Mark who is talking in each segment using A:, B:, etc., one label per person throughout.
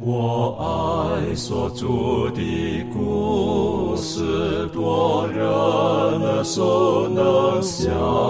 A: 我爱所著的故事，多人耳熟能详，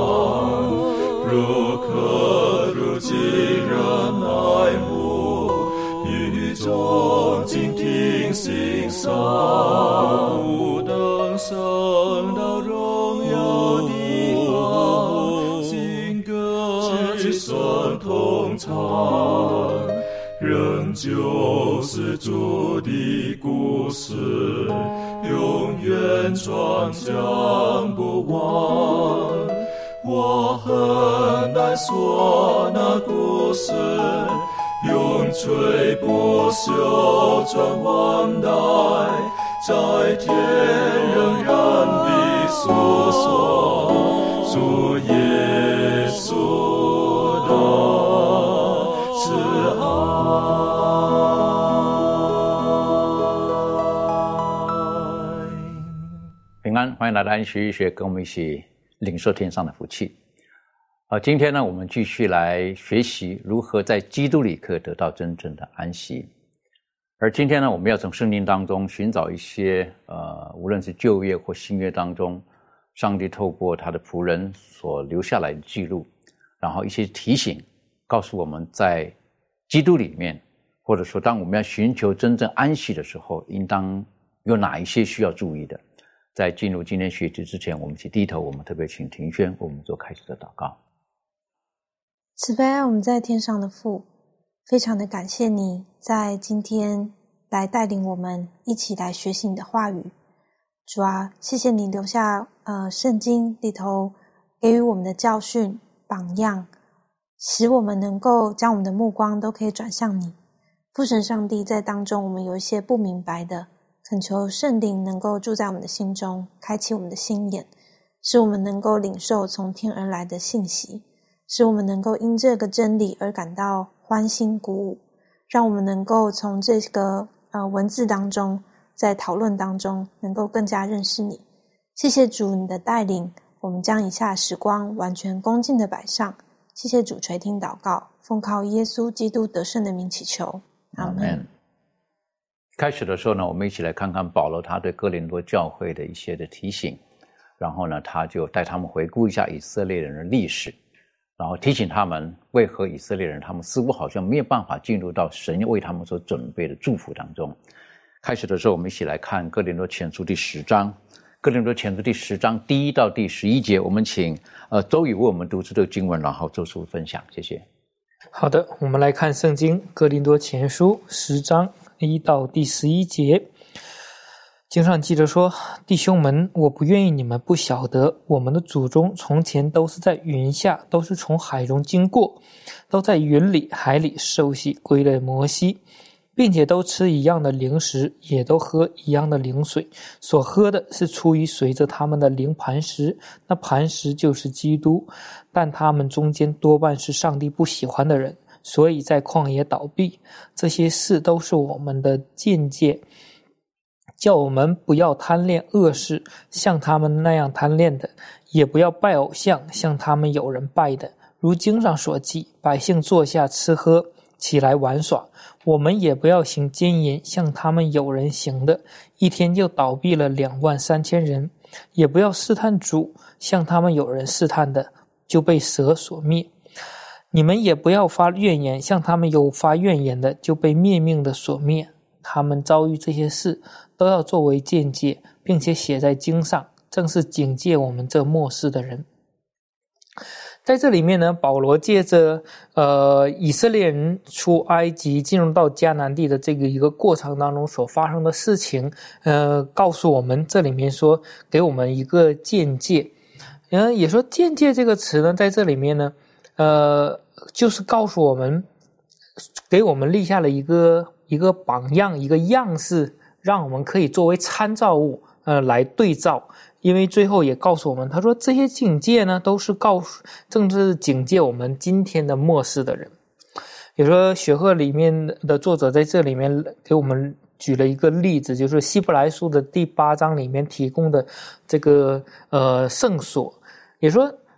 A: 如渴如饥人爱慕，语中静听欣赏，不等升到荣耀地方，新歌之声同唱，仍旧是主的故事，永远传讲不完。我很难说那故事，永垂不朽传万代，在天仍然地诉说主耶稣的慈爱。
B: 平安，欢迎来到安息医学，跟我们一起领受天上的福气。今天呢，我们继续来学习如何在基督里可以得到真正的安息。而今天呢，我们要从圣经当中寻找一些无论是旧约或新约当中，上帝透过他的仆人所留下来的记录，然后一些提醒，告诉我们在基督里面，或者说当我们要寻求真正安息的时候，应当有哪一些需要注意的。在进入今天学习之前，我们一起低头，我们特别请庭轩为我们做开始的祷告。
C: 慈悲爱我们在天上的父，非常的感谢你在今天来带领我们一起来学习你的话语。主啊，谢谢你留下圣经里头给予我们的教训榜样，使我们能够将我们的目光都可以转向你。父神上帝，在当中我们有一些不明白的，恳求圣灵能够住在我们的心中，开启我们的心眼，使我们能够领受从天而来的信息，使我们能够因这个真理而感到欢欣鼓舞，让我们能够从这个文字当中，在讨论当中能够更加认识你。谢谢主你的带领，我们将以下时光完全恭敬的摆上。谢谢主垂听祷告，奉靠耶稣基督得胜的名祈求，阿们。
B: 开始的时候呢，我们一起来看看保罗他对哥林多教会的一些的提醒，然后呢，他就带他们回顾一下以色列人的历史，然后提醒他们为何以色列人他们似乎好像没有办法进入到神为他们所准备的祝福当中。开始的时候，我们一起来看哥林多前书第10章，哥林多前书第10章第1到第11节，我们请周宇为我们读这个经文，然后做出分享，谢谢。
D: 好的，我们来看圣经哥林多前书10章1到第11节。经上记着说，弟兄们，我不愿意你们不晓得，我们的祖宗从前都是在云下，都是从海中经过，都在云里海里受洗归了摩西，并且都吃一样的灵食，也都喝一样的灵水，所喝的是出于随着他们的灵磐石，那磐石就是基督，但他们中间多半是上帝不喜欢的人，所以在旷野倒闭。这些事都是我们的见解，叫我们不要贪恋恶事，像他们那样贪恋的，也不要拜偶像，像他们有人拜的。如经上所记，百姓坐下吃喝，起来玩耍。我们也不要行奸淫，像他们有人行的，一天就倒闭了23000人。也不要试探主，像他们有人试探的，就被蛇所灭。你们也不要发怨言，像他们有发怨言的，就被灭命的所灭。他们遭遇这些事，都要作为见解，并且写在经上，正是警戒我们这末世的人。在这里面呢，保罗借着以色列人出埃及进入到迦南地的这个一个过程当中所发生的事情，告诉我们，这里面说给我们一个见解。也说见解这个词呢，在这里面呢，就是告诉我们，给我们立下了一个榜样，一个样式，让我们可以作为参照物来对照。因为最后也告诉我们，他说这些警戒呢，都是正是警戒我们今天的末世的人。也说学课里面的作者在这里面给我们举了一个例子，就是希伯来书的第8章里面提供的这个圣所。也说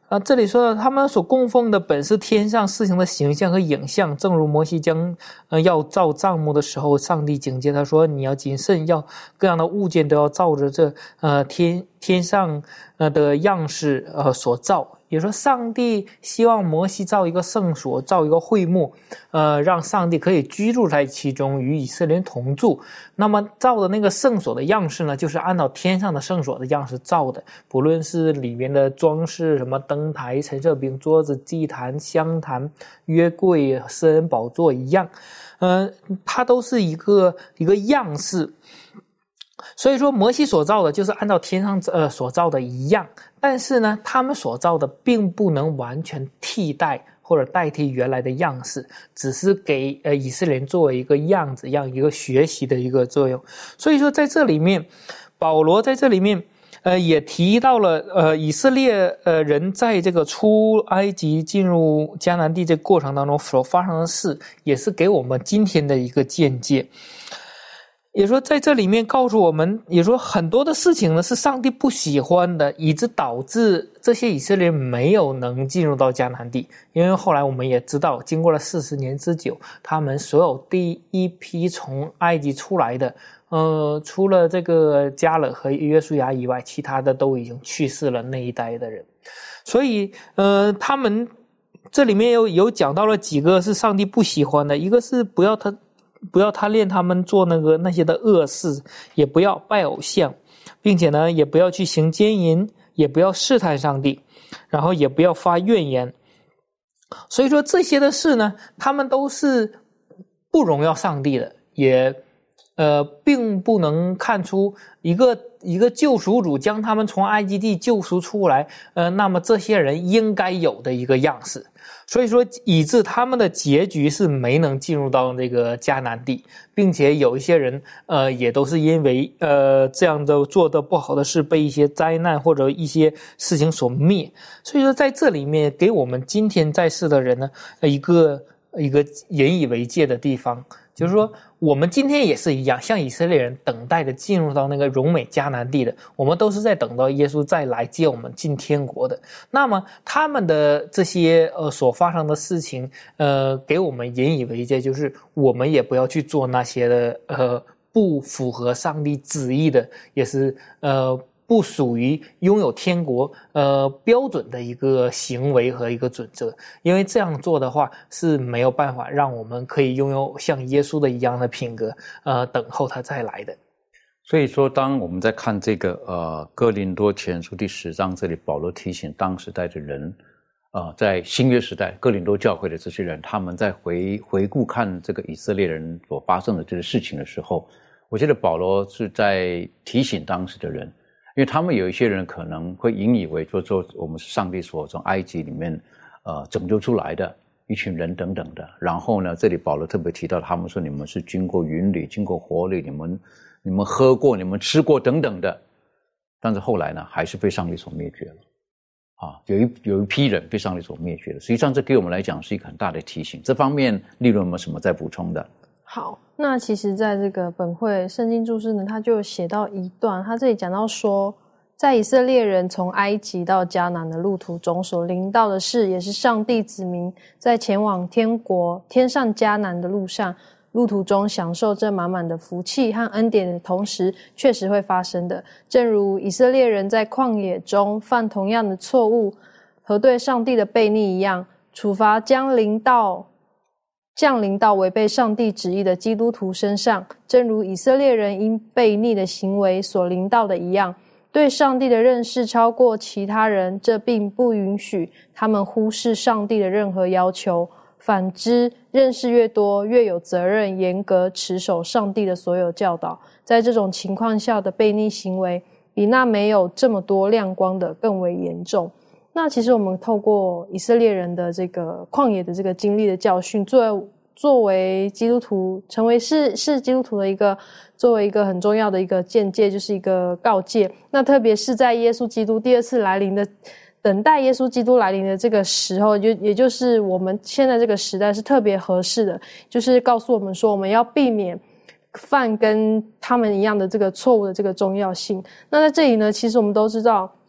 D: 这里说他们所供奉的本是天上事情的形象和影像，正如摩西将要造帐幕的时候，上帝警戒他说，你要谨慎，要各样的物件都要照着这天上的样式所造。也说上帝希望摩西造一个圣所，造一个会幕，让上帝可以居住在其中，与以色列人同住。那么造的那个圣所的样式呢，就是按照天上的圣所的样式造的，不论是里面的装饰，什么灯台、陈设饼、桌子、祭坛、香坛、约柜、施恩宝座一样，它都是一个样式。所以说摩西所造的就是按照天上所造的一样，但是呢他们所造的并不能完全替代或者代替原来的样式，只是给以色列人作为一个样子，一个学习的一个作用。所以说在这里面保罗在这里面也提到了以色列人在这个出埃及进入迦南地这个过程当中所发生的事，也是给我们今天的一个见解。也说在这里面告诉我们，也说很多的事情呢是上帝不喜欢的，以致导致这些以色列人没有能进入到迦南地。因为后来我们也知道，经过了40年之久，他们所有第一批从埃及出来的除了这个迦勒和约书亚以外，其他的都已经去世了，那一代的人。所以他们这里面有讲到了几个是上帝不喜欢的，一个是不要他练他们做那些的恶事，也不要拜偶像，并且呢也不要去行奸淫，也不要试探上帝，然后也不要发怨言。所以说这些的事呢，他们都是不荣耀上帝的，也并不能看出一个救赎主将他们从埃及地救赎出来，那么这些人应该有的一个样式。所以说以致他们的结局是没能进入到这个迦南地，并且有一些人也都是因为这样的做的不好的事，被一些灾难或者一些事情所灭。所以说在这里面给我们今天在世的人呢一个引以为戒的地方，就是说我们今天也是一样，像以色列人等待的进入到那个荣美迦南地的，我们都是在等到耶稣再来接我们进天国的。那么他们的这些所发生的事情给我们引以为戒，就是我们也不要去做那些的不符合上帝旨意的，也是不属于拥有天国标准的一个行为和一个准则，因为这样做的话是没有办法让我们可以拥有像耶稣的一样的品格等候他再来的。
B: 所以说当我们在看这个哥林多前书第10章，这里保罗提醒当时代的人在新约时代哥林多教会的这些人，他们在回顾看这个以色列人所发生的这个事情的时候，我觉得保罗是在提醒当时的人，因为他们有一些人可能会引以为说我们是上帝所从埃及里面拯救出来的一群人等等的。然后呢这里保罗特别提到他们说，你们是经过云里经过火里，你们喝过，你们吃过等等的。但是后来呢还是被上帝所灭绝了有一批人被上帝所灭绝了。实际上这给我们来讲是一个很大的提醒。这方面利润有没有什么再补充的？
E: 好，那其实在这个本会圣经注释呢，他就写到一段，他这里讲到说，在以色列人从埃及到迦南的路途中所临到的事，也是上帝子民在前往天国天上迦南的路途中享受这满满的福气和恩典的同时，确实会发生的。正如以色列人在旷野中犯同样的错误和对上帝的悖逆一样，处罚降临到违背上帝旨意的基督徒身上，正如以色列人因悖逆的行为所临到的一样。对上帝的认识超过其他人，这并不允许他们忽视上帝的任何要求。反之，认识越多，越有责任严格持守上帝的所有教导。在这种情况下的悖逆行为，比那没有这么多亮光的更为严重。那其实我们透过以色列人的这个旷野的这个经历的教训，作为基督徒，成为是基督徒的作为一个很重要的一个见解，就是一个告诫。那特别是在耶稣基督第二次来临的等待耶稣基督来临的这个时候，也就是我们现在这个时代是特别合适的，就是告诉我们说，我们要避免犯跟他们一样的这个错误的这个重要性。那在这里呢，其实我们都知道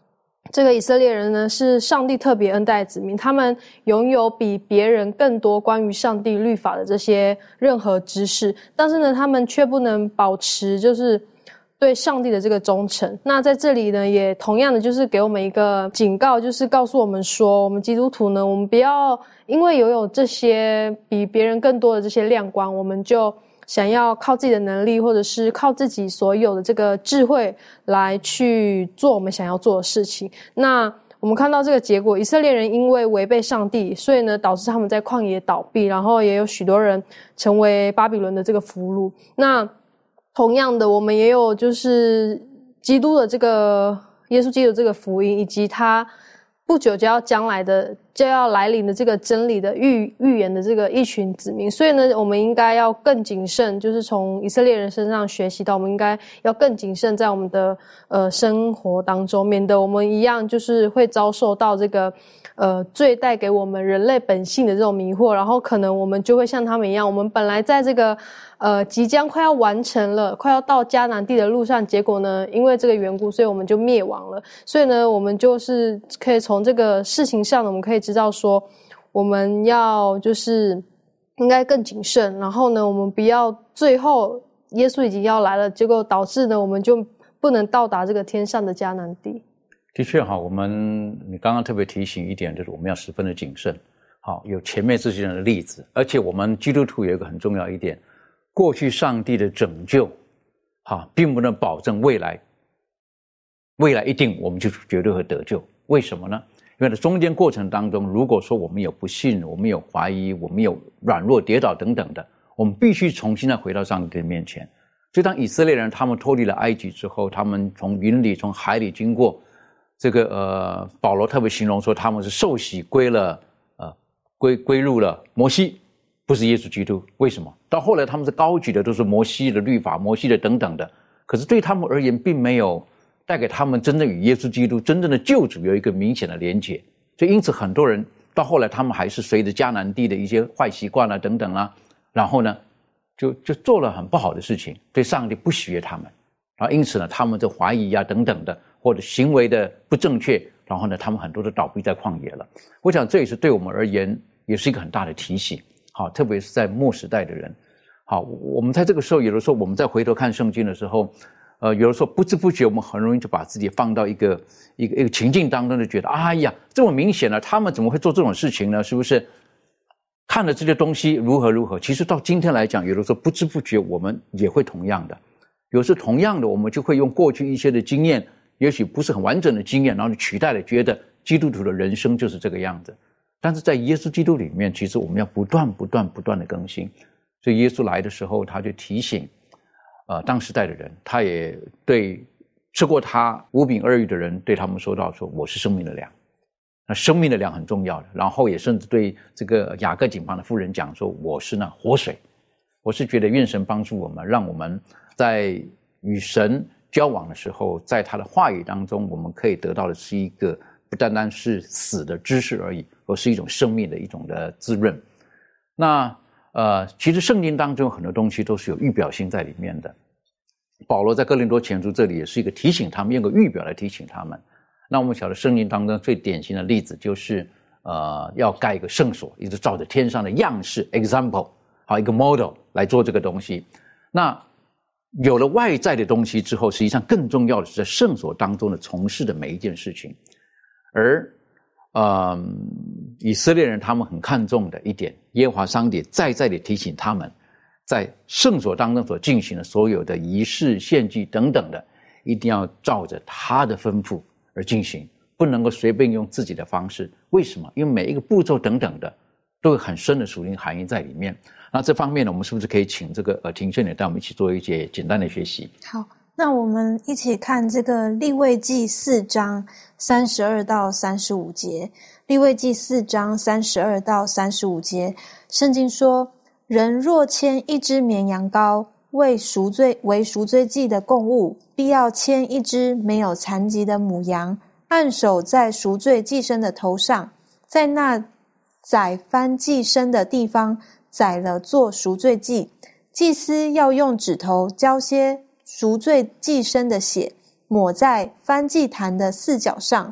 E: 这个以色列人呢是上帝特别恩待的子民，他们拥有比别人更多关于上帝律法的这些任何知识，但是呢他们却不能保持就是对上帝的这个忠诚。那在这里呢也同样的就是给我们一个警告，就是告诉我们说，我们基督徒呢，我们不要因为拥有这些比别人更多的这些亮光，我们就想要靠自己的能力，或者是靠自己所有的这个智慧来去做我们想要做的事情。那我们看到这个结果，以色列人因为违背上帝，所以呢导致他们在旷野倒闭，然后也有许多人成为巴比伦的这个俘虏。那同样的，我们也有就是基督的这个耶稣基督的这个福音，以及他不久就要来临的这个真理的预言的这个一群子民。所以呢我们应该要更谨慎，就是从以色列人身上学习到，我们应该要更谨慎在我们的生活当中，免得我们一样就是会遭受到这个罪带给我们人类本性的这种迷惑，然后可能我们就会像他们一样，我们本来在这个即将快要完成了，快要到迦南地的路上，结果呢因为这个缘故，所以我们就灭亡了。所以呢我们就是可以从这个事情上呢，我们可以知道说，我们要就是应该更谨慎，然后呢我们不要最后耶稣已经要来了，结果导致呢我们就不能到达这个天上的迦南地。
B: 的确你刚刚特别提醒一点，就是我们要十分的谨慎。好，有前面这些人的例子，而且我们基督徒有一个很重要一点，过去上帝的拯救并不能保证未来一定我们就绝对会得救。为什么呢？因为在中间过程当中，如果说我们有不信，我们有怀疑，我们有软弱跌倒等等的，我们必须重新的回到上帝的面前。所以当以色列人他们脱离了埃及之后，他们从云里从海里经过，这个保罗特别形容说他们是受洗归入了摩西，不是耶稣基督。为什么？到后来他们是高举的都是摩西的律法，摩西的等等的，可是对他们而言并没有带给他们真正与耶稣基督真正的救主有一个明显的连结。所以因此很多人到后来他们还是随着迦南地的一些坏习惯啊等等啊，然后呢就做了很不好的事情，对上帝不喜悦他们，然后因此呢他们就怀疑啊等等的，或者行为的不正确，然后呢他们很多都倒闭在旷野了。我想这也是对我们而言也是一个很大的提醒。好，特别是在末时代的人。好，我们在这个时候有的时候我们在回头看圣经的时候，有的时候不知不觉我们很容易就把自己放到一个情境当中，就觉得哎呀这么明显了，他们怎么会做这种事情呢？是不是看了这些东西如何？其实到今天来讲，有的时候不知不觉我们也会同样的，有时同样的我们就会用过去一些的经验，也许不是很完整的经验，然后就取代了，觉得基督徒的人生就是这个样子。但是在耶稣基督里面，其实我们要不断的更新。所以耶稣来的时候，他就提醒当时代的人，他也对吃过他5饼2鱼的人对他们说到说，我是生命的粮。那生命的粮很重要的，然后也甚至对这个雅各井旁的妇人讲说，我是那活水。我是觉得愿神帮助我们，让我们在与神交往的时候，在他的话语当中，我们可以得到的是一个不单单是死的知识而已，而是一种生命的一种的滋润。那其实圣经当中很多东西都是有预表性在里面的。保罗在哥林多前书这里也是一个提醒他们，用个预表来提醒他们。那我们晓得圣经当中最典型的例子就是要盖一个圣所，一直照着天上的样式 example 好一个 model 来做这个东西。那有了外在的东西之后，实际上更重要的是在圣所当中的从事的每一件事情。而以色列人他们很看重的一点，耶和华上帝再地提醒他们，在圣所当中所进行的所有的仪式献祭等等的，一定要照着他的吩咐而进行，不能够随便用自己的方式。为什么？因为每一个步骤等等的都有很深的属灵含义在里面。那这方面呢，我们是不是可以请这个庭训带我们一起做一些简单的学习？
C: 好，那我们一起看这个利未记4章32到35节。利未记4章32到35节，圣经说，人若牵一只绵羊羔为赎罪祭的供物，必要牵一只没有残疾的母羊，按手在赎罪祭牲的头上，在那宰燔祭牲的地方宰了做赎罪祭。祭司要用指头浇些赎罪祭牲的血，抹在燔祭坛的4角上，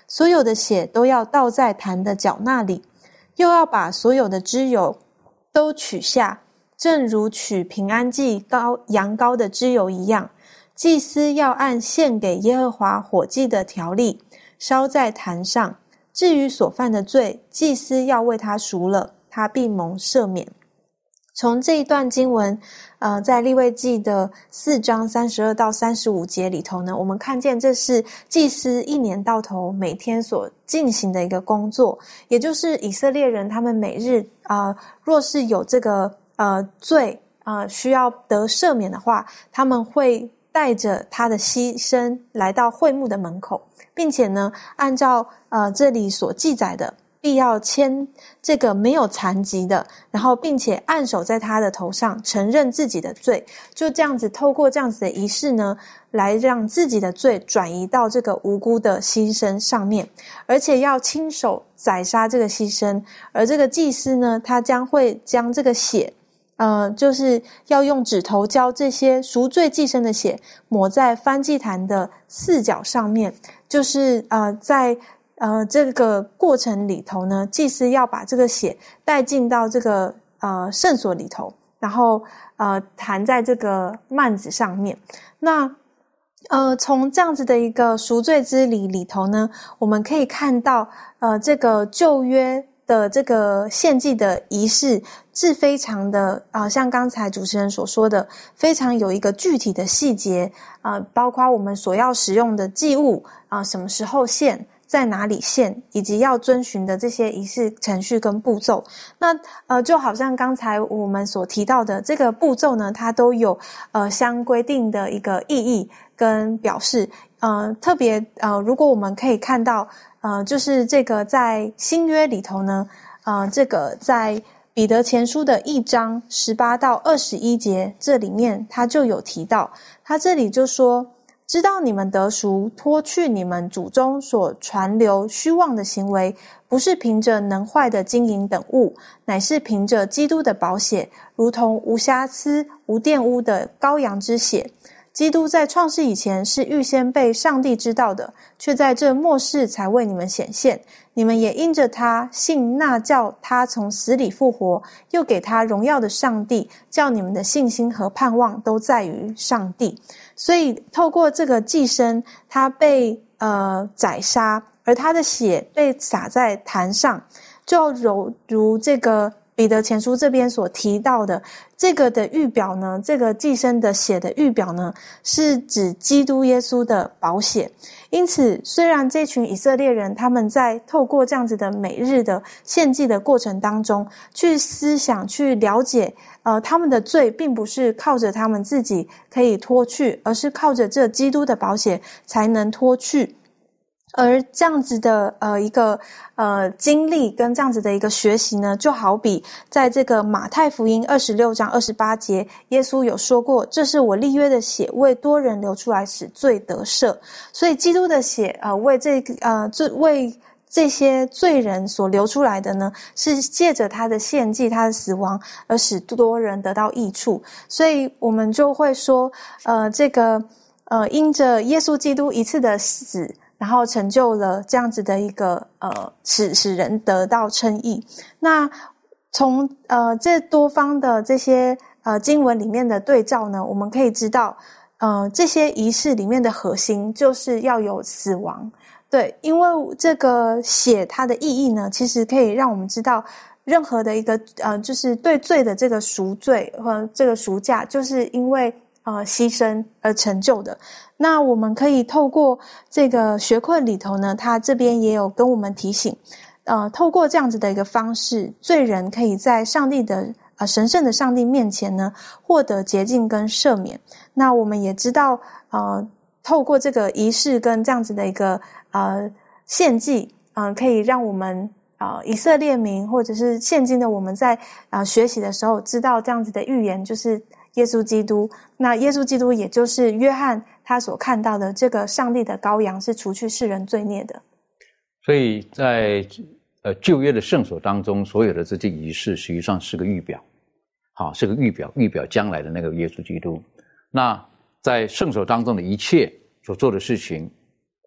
C: 所有的血都要倒在坛的脚那里，又要把所有的脂油都取下，正如取平安祭羊羔的脂油一样。祭司要按献给耶和华火祭的条例烧在坛上。至于所犯的罪，祭司要为他赎了，他必蒙赦免。从这一段经文在利未记的4章32到35节里头呢，我们看见这是祭司一年到头每天所进行的一个工作，也就是以色列人他们每日若是有这个罪需要得赦免的话，他们会带着他的牺牲来到会幕的门口，并且呢，按照这里所记载的，必要牵这个没有残疾的，然后并且按手在他的头上，承认自己的罪，就这样子透过这样子的仪式呢，来让自己的罪转移到这个无辜的牺牲上面，而且要亲手宰杀这个牺牲。而这个祭司呢，他将会将这个血就是要用指头浇这些赎罪祭牲的血抹在燔祭坛的4角上面，就是在这个过程里头呢，祭司要把这个血带进到这个圣所里头，然后弹在这个幔子上面。那从这样子的一个赎罪之礼里头呢，我们可以看到这个旧约的这个献祭的仪式是非常的像刚才主持人所说的，非常有一个具体的细节包括我们所要使用的祭物什么时候献，在哪里献，以及要遵循的这些仪式程序跟步骤。那就好像刚才我们所提到的这个步骤呢，它都有相规定的一个意义跟表示。特别如果我们可以看到就是这个在新约里头呢，这个在彼得前书的1章18到21节，这里面他就有提到，他这里就说，知道你们得赎，脱去你们祖宗所传流虚妄的行为，不是凭着能坏的金银等物，乃是凭着基督的宝血，如同无瑕疵无玷污的羔羊之血。基督在创世以前是预先被上帝知道的，却在这末世才为你们显现。你们也因着他信那叫他从死里复活，又给他荣耀的上帝，叫你们的信心和盼望都在于上帝。所以透过这个祭牲，他被宰杀，而他的血被洒在坛上，就如这个彼得前书这边所提到的，这个的预表呢，这个祭牲的血的预表呢，是指基督耶稣的宝血。因此，虽然这群以色列人他们在透过这样子的每日的献祭的过程当中，去思想去了解他们的罪并不是靠着他们自己可以脱去，而是靠着这基督的宝血才能脱去。而这样子的一个经历跟这样子的一个学习呢，就好比在这个马太福音26章28节，耶稣有说过，这是我立约的血，为多人流出来，使罪得赦。所以基督的血为这些罪人所流出来的呢，是借着他的献祭，他的死亡，而使多人得到益处。所以我们就会说这个因着耶稣基督一次的死，然后成就了这样子的一个使人得到称义。那从这多方的这些经文里面的对照呢，我们可以知道这些仪式里面的核心就是要有死亡。对，因为这个血它的意义呢，其实可以让我们知道任何的一个就是对罪的这个赎罪和这个赎价，就是因为牺牲而成就的。那我们可以透过这个学困里头呢，他这边也有跟我们提醒透过这样子的一个方式，罪人可以在上帝的神圣的上帝面前呢，获得洁净跟赦免。那我们也知道透过这个仪式跟这样子的一个献祭可以让我们以色列民或者是现今的我们在学习的时候知道这样子的预言，就是耶稣基督。那耶稣基督也就是约翰他所看到的这个上帝的羔羊，是除去世人罪孽的。
B: 所以在旧约的圣所当中，所有的这些仪式实际上是个预表，是个预表将来的那个耶稣基督。那在圣所当中的一切所做的事情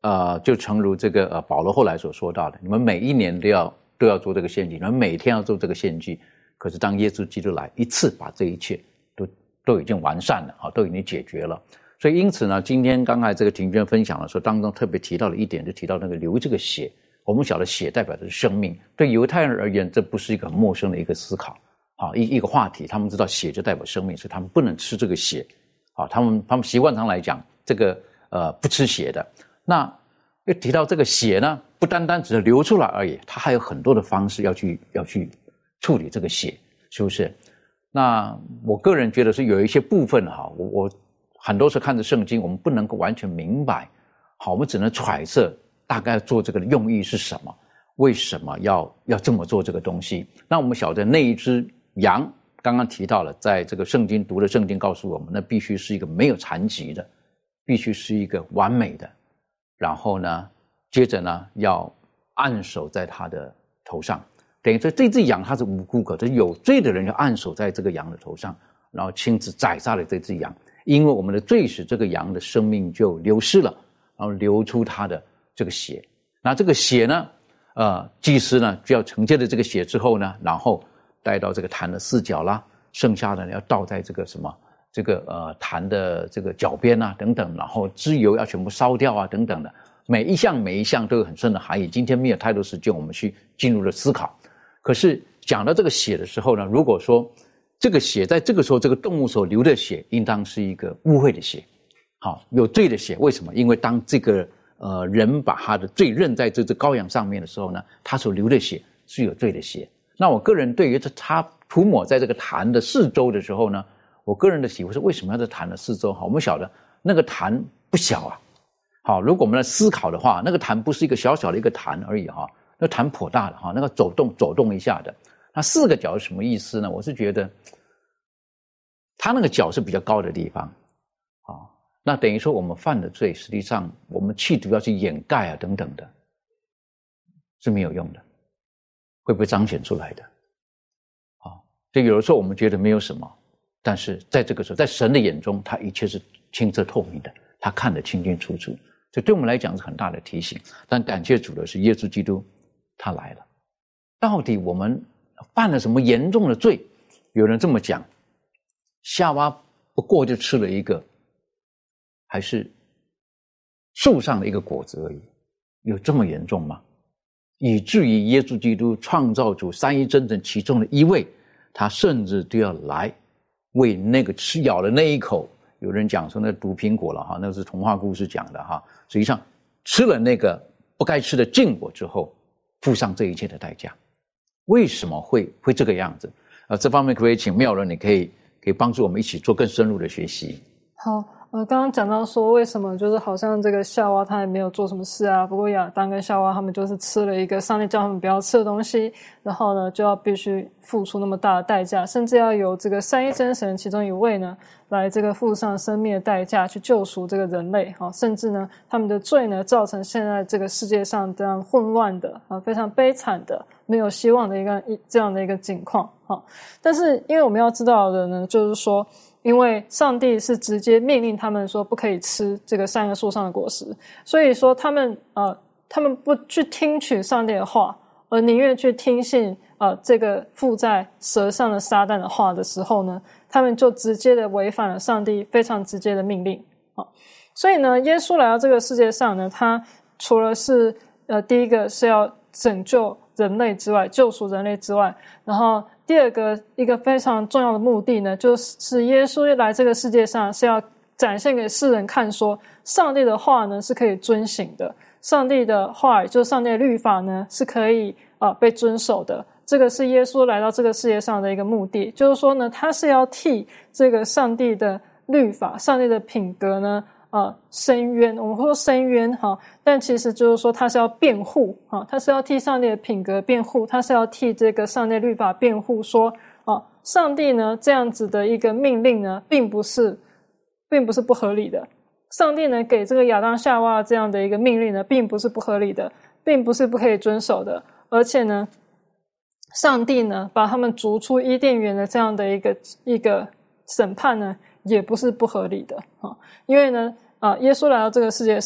B: 就诚如这个保罗后来所说到的，你们每一年都要做这个献祭，你们每天要做这个献祭。可是当耶稣基督来，一次把这一切都已经完善了，都已经解决了。所以因此呢，今天刚才这个庭娟分享的时候当中特别提到了一点，就提到那个流这个血。我们晓得血代表的是生命，对犹太人而言，这不是一个很陌生的一个思考一个话题。他们知道血就代表生命，所以他们不能吃这个血他们习惯上来讲这个不吃血的。那又提到这个血呢，不单单只是流出来而已，它还有很多的方式要去处理这个血，是不是？那我个人觉得是有一些部分我很多时候看着圣经，我们不能够完全明白，我们只能揣测大概做这个的用意是什么，为什么要这么做这个东西。那我们晓得那一只羊刚刚提到了，在这个圣经读的圣经告诉我们，那必须是一个没有残疾的，必须是一个完美的，然后呢接着呢要按手在他的头上，等于说这只羊它是无辜，可是有罪的人要按手在这个羊的头上，然后亲自宰杀了这只羊，因为我们的罪使这个羊的生命就流失了，然后流出它的这个血。那这个血呢祭司呢就要承接了这个血之后呢，然后带到这个坛的四角啦，剩下的要倒在这个这个坛的这个角边啊等等，然后脂油要全部烧掉啊等等的，每一项都有很深的含义。今天没有太多时间我们去进入了思考。可是讲到这个血的时候呢，如果说这个血在这个时候这个动物所流的血应当是一个污秽的血，有罪的血。为什么？因为当这个人把他的罪认在这只羔羊上面的时候呢，他所流的血是有罪的血。那我个人对于他涂抹在这个坛的四周的时候呢，我个人的体会是为什么要在坛的四周？我们晓得那个坛不小如果我们来思考的话，那个坛不是一个小小的一个坛而已那坛颇大的那个走动一下的。那四个角是什么意思呢？我是觉得它那个角是比较高的地方那等于说我们犯的罪，实际上我们企图要去掩盖等等的，是没有用的，会不会彰显出来的所以有的时候我们觉得没有什么，但是在这个时候，在神的眼中，他一切是清澈透明的，他看得清清楚楚，所以对我们来讲是很大的提醒。但感谢主的是，耶稣基督他来了。到底我们犯了什么严重的罪？有人这么讲，夏娃不过就吃了一个还是树上的一个果子而已，有这么严重吗？以至于耶稣基督创造主三一真神其中的一位，他甚至都要来为那个咬了那一口，有人讲说那毒苹果了那是童话故事讲的实际上吃了那个不该吃的禁果之后，付上这一切的代价。为什么会这个样子这方面可以请妙人，你可以帮助我们一起做更深入的学习。
E: 好，刚刚讲到说为什么就是好像这个夏娃她也没有做什么事不过亚当跟夏娃他们就是吃了一个上帝叫他们不要吃的东西，然后呢就要必须付出那么大的代价，甚至要有这个三一真神其中一位呢来这个付上生命的代价去救赎这个人类甚至呢他们的罪呢造成现在这个世界上这样混乱的非常悲惨的没有希望的这样的一个境况但是因为我们要知道的呢，就是说因为上帝是直接命令他们说不可以吃这个善恶树上的果实，所以说他们不去听取上帝的话，而宁愿去听信这个附在蛇上的撒旦的话的时候呢，他们就直接的违反了上帝非常直接的命令所以呢，耶稣来到这个世界上呢，他除了是第一个是要拯救人类之外，救赎人类之外，然后第二个一个非常重要的目的呢，就是耶稣来这个世界上是要展现给世人看说，上帝的话呢是可以遵行的，上帝的话就是上帝的律法呢是可以被遵守的。这个是耶稣来到这个世界上的一个目的，就是说呢，他是要替这个上帝的律法、上帝的品格呢申冤。我们会说申冤但其实就是说他是要辩护他是要替上帝的品格辩护，他是要替这个上帝律法辩护，说上帝呢这样子的一个命令呢并不是不合理的，上帝呢给这个亚当夏娃这样的一个命令呢并不是不合理的，并不是不可以遵守的，而且呢上帝呢把他们逐出伊甸园的这样的一个审判呢也不是不合理的因为呢耶稣来到这个世界上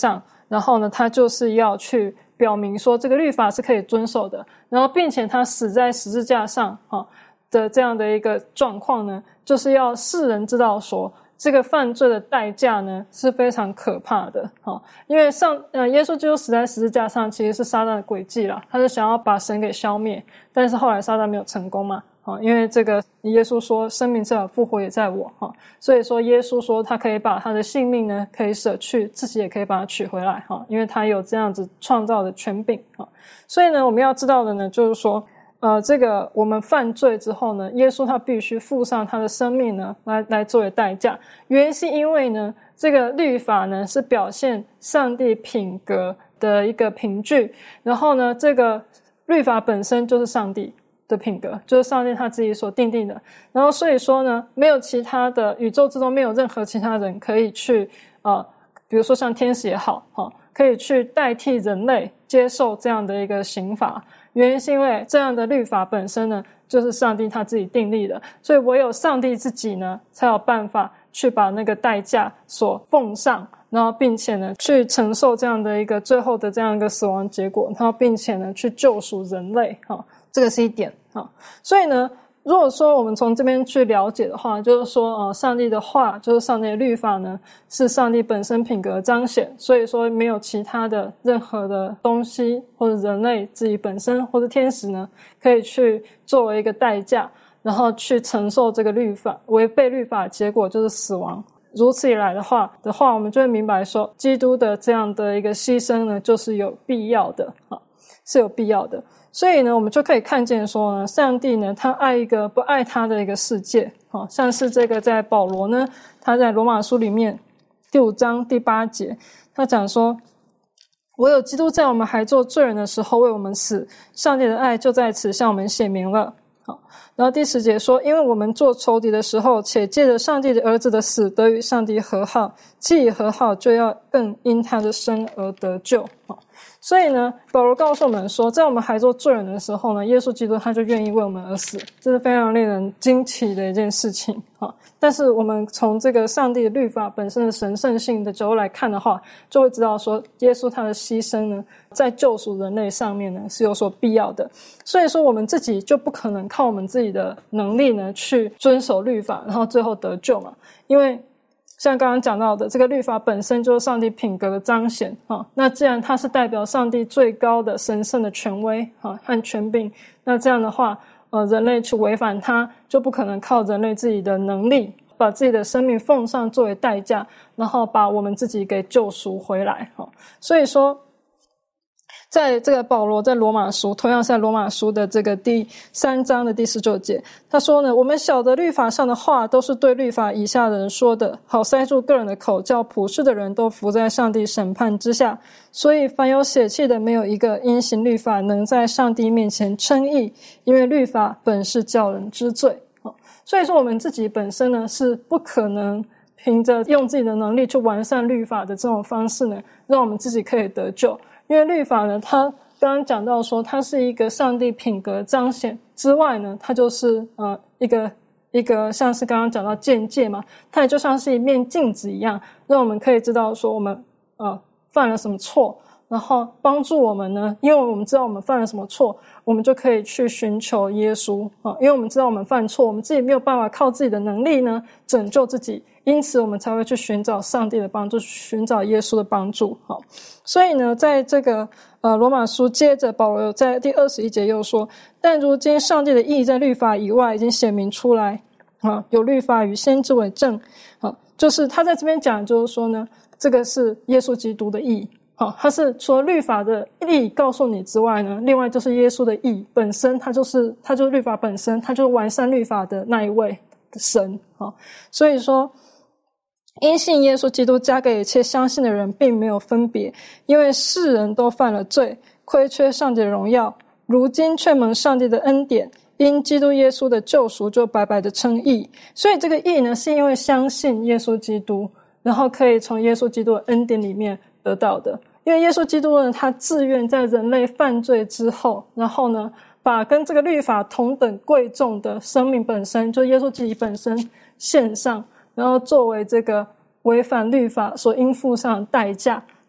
F: 然后呢，他就是要去表明说这个律法是可以遵守的，然后并且他死在十字架上的这样的一个状况呢，就是要世人知道说这个犯罪的代价呢是非常可怕的。因为耶稣基督死在十字架上其实是撒旦的诡计啦，他是想要把神给消灭，但是后来撒旦没有成功嘛。因为这个耶稣说生命在我，复活也在我，所以说耶稣说他可以把他的性命呢可以舍去，自己也可以把它取回来，因为他有这样子创造的权柄。所以呢我们要知道的呢就是说这个我们犯罪之后呢，耶稣他必须付上他的生命呢来作为代价，原因是因为呢这个律法呢是表现上帝品格的一个凭据，然后呢这个律法本身就是上帝的品格，就是上帝他自己所定定的，然后所以说呢没有其他的宇宙之中没有任何其他人可以去比如说像天使也好可以去代替人类接受这样的一个刑罚，原因是因为这样的律法本身呢就是上帝他自己订立的，所以唯有上帝自己呢才有办法去把那个代价所奉上，然后并且呢去承受这样的一个最后的这样一个死亡结果，然后并且呢去救赎人类这个是一点。所以呢如果说我们从这边去了解的话，就是说上帝的话就是上帝的律法呢是上帝本身品格的彰显，所以说没有其他的任何的东西或者人类自己本身或者天使呢可以去作为一个代价，然后去承受这个律法，违背律法的结果就是死亡。如此以来的话我们就会明白说基督的这样的一个牺牲呢就是有必要的是有必要的。所以呢我们就可以看见说呢上帝呢他爱一个不爱他的一个世界像是这个在保罗呢他在罗马书里面第5章第8节他讲说，唯有基督在我们还做罪人的时候为我们死，上帝的爱就在此向我们显明了。然后第10节说，因为我们做仇敌的时候，且借着上帝的儿子的死得与上帝和好，既已和好，就要更因他的生而得救。所以呢保罗告诉我们说，在我们还做罪人的时候呢，耶稣基督他就愿意为我们而死，这是非常令人惊奇的一件事情。但是我们从这个上帝的律法本身的神圣性的角度来看的话，就会知道说耶稣他的牺牲呢在救赎人类上面呢是有所必要的。所以说我们自己就不可能靠我们自己的能力呢去遵守律法然后最后得救嘛，因为像刚刚讲到的，这个律法本身就是上帝品格的彰显那既然它是代表上帝最高的神圣的权威和权柄，那这样的话人类去违反它，就不可能靠人类自己的能力把自己的生命奉上作为代价，然后把我们自己给救赎回来。所以说在这个保罗在罗马书，同样是在罗马书的这个第3章的第19节，他说呢，我们晓得律法上的话都是对律法以下的人说的，好塞住个人的口，叫普世的人都服在上帝审判之下。所以凡有血气的没有一个因行律法能在上帝面前称义，因为律法本是叫人知罪。所以说我们自己本身呢是不可能凭着用自己的能力去完善律法的这种方式呢让我们自己可以得救，因为律法呢它刚刚讲到说它是一个上帝品格彰显之外呢，它就是一个像是刚刚讲到鉴戒嘛，它也就像是一面镜子一样，让我们可以知道说我们犯了什么错，然后帮助我们呢，因为我们知道我们犯了什么错，我们就可以去寻求耶稣因为我们知道我们犯错，我们自己没有办法靠自己的能力呢拯救自己，因此我们才会去寻找上帝的帮助，寻找耶稣的帮助。所以呢在这个罗马书接着保罗在第21节又说，但如今上帝的义在律法以外已经显明出来有律法与先知为证就是他在这边讲就是说呢，这个是耶稣基督的义它是除了律法的义告诉你之外呢，另外就是耶稣的义本身，它就是律法本身，它就是完善律法的那一位的神所以说因信耶稣基督加给一切相信的人并没有分别，因为世人都犯了罪，亏缺上帝的荣耀，如今却蒙上帝的恩典，因基督耶稣的救赎就白白的称义。所以这个义呢是因为相信耶稣基督，然后可以从耶稣基督的恩典里面得到的。因为耶稣基督呢他自愿在人类犯罪之后，然后呢把跟这个律法同等贵重的生命本身，就耶稣自己本身献上，然后作为这个违反律法所应付上的代价，然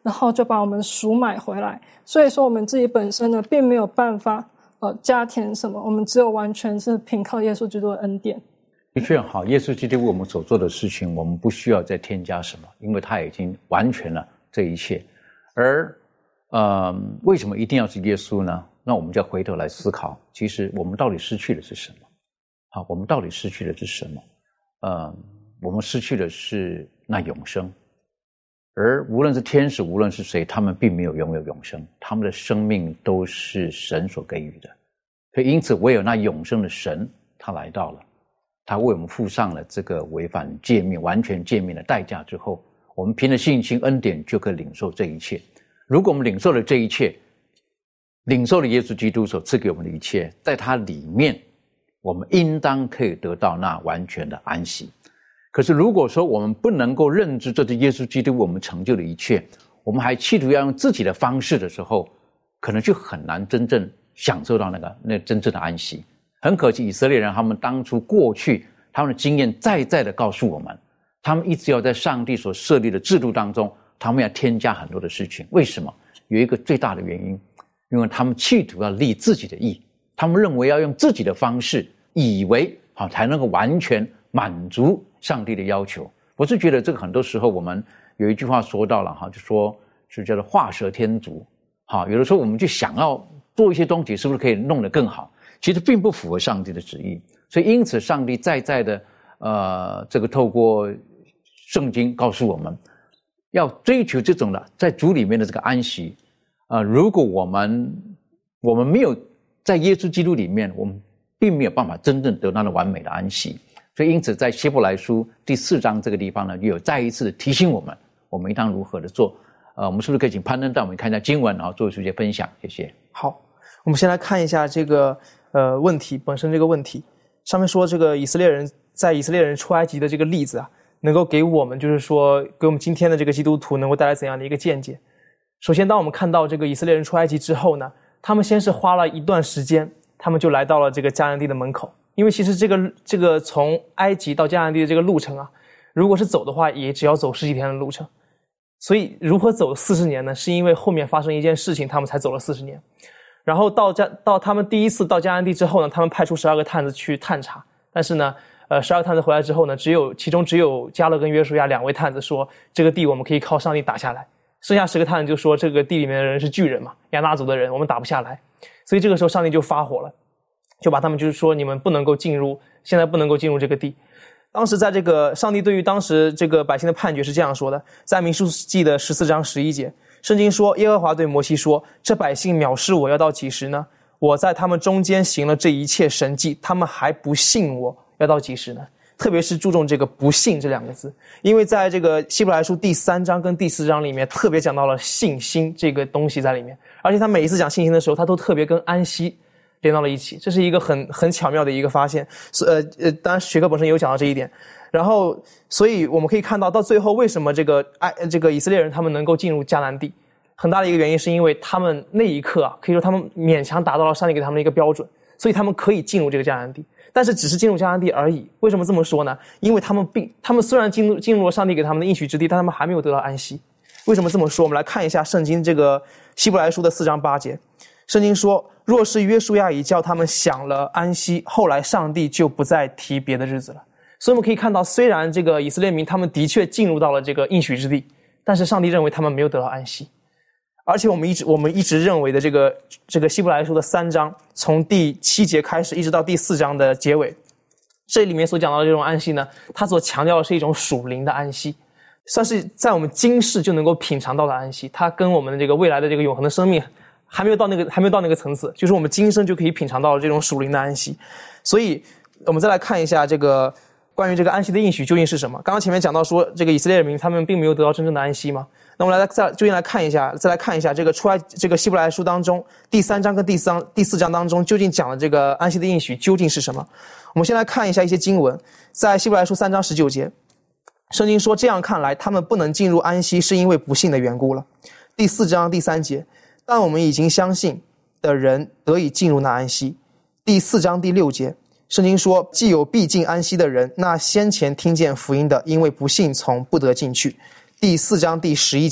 F: 然后就把我们赎买回来。所以说我们自己本身呢，并没有办法加添什么，我们只有完全是凭靠耶稣基督的恩典。
B: 的确好，耶稣基督为我们所做的事情，我们不需要再添加什么，因为他已经完全了这一切。而为什么一定要是耶稣呢？那我们就要回头来思考，其实我们到底失去的是什么？好，我们到底失去的是什么？我们失去的是那永生。而无论是天使，无论是谁，他们并没有拥有永生，他们的生命都是神所给予的。所以因此唯有那永生的神他来到了，他为我们付上了这个违反诫命完全诫命的代价之后，我们凭着信心恩典就可以领受这一切。如果我们领受了这一切，领受了耶稣基督所赐给我们的一切，在他里面我们应当可以得到那完全的安息。可是如果说我们不能够认知这是耶稣基督为我们成就的一切，我们还企图要用自己的方式的时候，可能就很难真正享受到那真正的安息。很可惜以色列人他们当初过去他们的经验再的告诉我们，他们一直要在上帝所设立的制度当中，他们要添加很多的事情。为什么？有一个最大的原因，因为他们企图要立自己的义，他们认为要用自己的方式，以为好才能够完全满足上帝的要求。我是觉得这个很多时候我们有一句话说到了哈，就说是叫做画蛇添足。好，有的时候我们就想要做一些东西，是不是可以弄得更好？其实并不符合上帝的旨意。所以因此上帝在的这个透过圣经告诉我们，要追求这种的在主里面的这个安息。如果我们没有在耶稣基督里面，我们并没有办法真正得到那完美的安息。所以因此在希伯来书第4章这个地方呢，有再一次的提醒我们应当如何的做。我们是不是可以请潘登带我们看一下经文，然后做出一些分享？谢谢。
G: 好，我们先来看一下这个问题本身。这个问题上面说，这个以色列人出埃及的这个例子啊，能够给我们就是说给我们今天的这个基督徒能够带来怎样的一个见解。首先当我们看到这个以色列人出埃及之后呢，他们先是花了一段时间，他们就来到了这个迦南地的门口。因为其实这个从埃及到迦南地的这个路程啊，如果是走的话也只要走10几天的路程。所以如何走40年呢？是因为后面发生一件事情，他们才走了40年。然后到他们第一次到迦南地之后呢，他们派出12个探子去探查。但是呢12个探子回来之后呢，其中只有迦勒跟约书亚2位探子说这个地我们可以靠上帝打下来。剩下10个探子就说这个地里面的人是巨人嘛，亚纳族的人，我们打不下来。所以这个时候上帝就发火了，就把他们就是说你们不能够进入，现在不能够进入这个地。当时在这个上帝对于当时这个百姓的判决是这样说的，在民数记的14章11节，圣经说耶和华对摩西说，这百姓藐视我要到几时呢？我在他们中间行了这一切神迹，他们还不信我，要到几时呢？特别是注重这个不信这2个字，因为在这个希伯来书第3章跟第4章里面特别讲到了信心这个东西在里面，而且他每一次讲信心的时候，他都特别跟安息连到了一起，这是一个很巧妙的一个发现。当然学科本身也有讲到这一点。然后所以我们可以看到最后为什么这个以色列人他们能够进入迦南地，很大的一个原因是因为他们那一刻啊，可以说他们勉强达到了上帝给他们的一个标准，所以他们可以进入这个迦南地，但是只是进入迦南地而已。为什么这么说呢？因为他们虽然进入了上帝给他们的应许之地，但他们还没有得到安息。为什么这么说？我们来看一下圣经这个希伯来书的4章8节。圣经说，若是约书亚已叫他们享了安息，后来上帝就不再提别的日子了。所以我们可以看到，虽然这个以色列民他们的确进入到了这个应许之地，但是上帝认为他们没有得到安息。而且我们一直认为的这个希伯来书的3章，从第7节开始一直到第4章的结尾，这里面所讲到的这种安息呢，它所强调的是一种属灵的安息，算是在我们今世就能够品尝到的安息。它跟我们的这个未来的这个永恒的生命还没有到那个层次，就是我们今生就可以品尝到这种属灵的安息。所以我们再来看一下这个关于这个安息的应许究竟是什么。刚刚前面讲到说这个以色列人民他们并没有得到真正的安息嘛，那我们再来看一下这个这个希伯来书当中第3章跟第4章当中究竟讲的这个安息的应许究竟是什么。我们先来看一下一些经文，在希伯来书3章19节，圣经说，这样看来他们不能进入安息，是因为不信的缘故了。第4章第3节，但我们已经相信的人得以进入那安息。第4章第6节，圣经说，既有必进安息的人，那先前听见福音的，因为不信从不得进去。第4章第11节，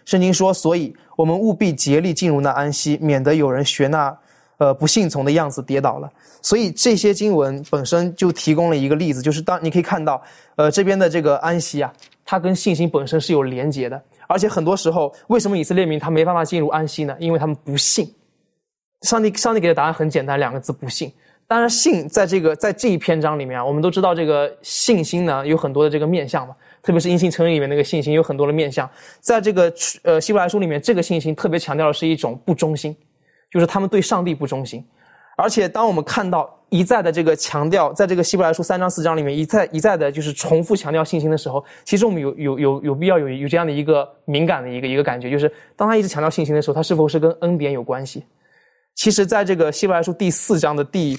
G: 圣经说，所以我们务必竭力进入那安息，免得有人学那不信从的样子跌倒了。所以这些经文本身就提供了一个例子，就是当你可以看到这边的这个安息啊，它跟信心本身是有连结的。而且很多时候为什么以色列民他没办法进入安息呢？因为他们不信。上帝给的答案很简单，2个字，不信。当然信在这一篇章里面啊，我们都知道这个信心呢有很多的这个面向嘛，特别是因信称义里面那个信心有很多的面向。在这个希伯来书里面，这个信心特别强调的是一种不忠心，就是他们对上帝不忠心。而且当我们看到一再的这个强调，在这个希伯来书3章4章里面一再的就是重复强调信心的时候，其实我们有必要有这样的一个敏感的一个感觉，就是当他一直强调信心的时候，他是否是跟恩典有关系？其实在这个希伯来书第4章的第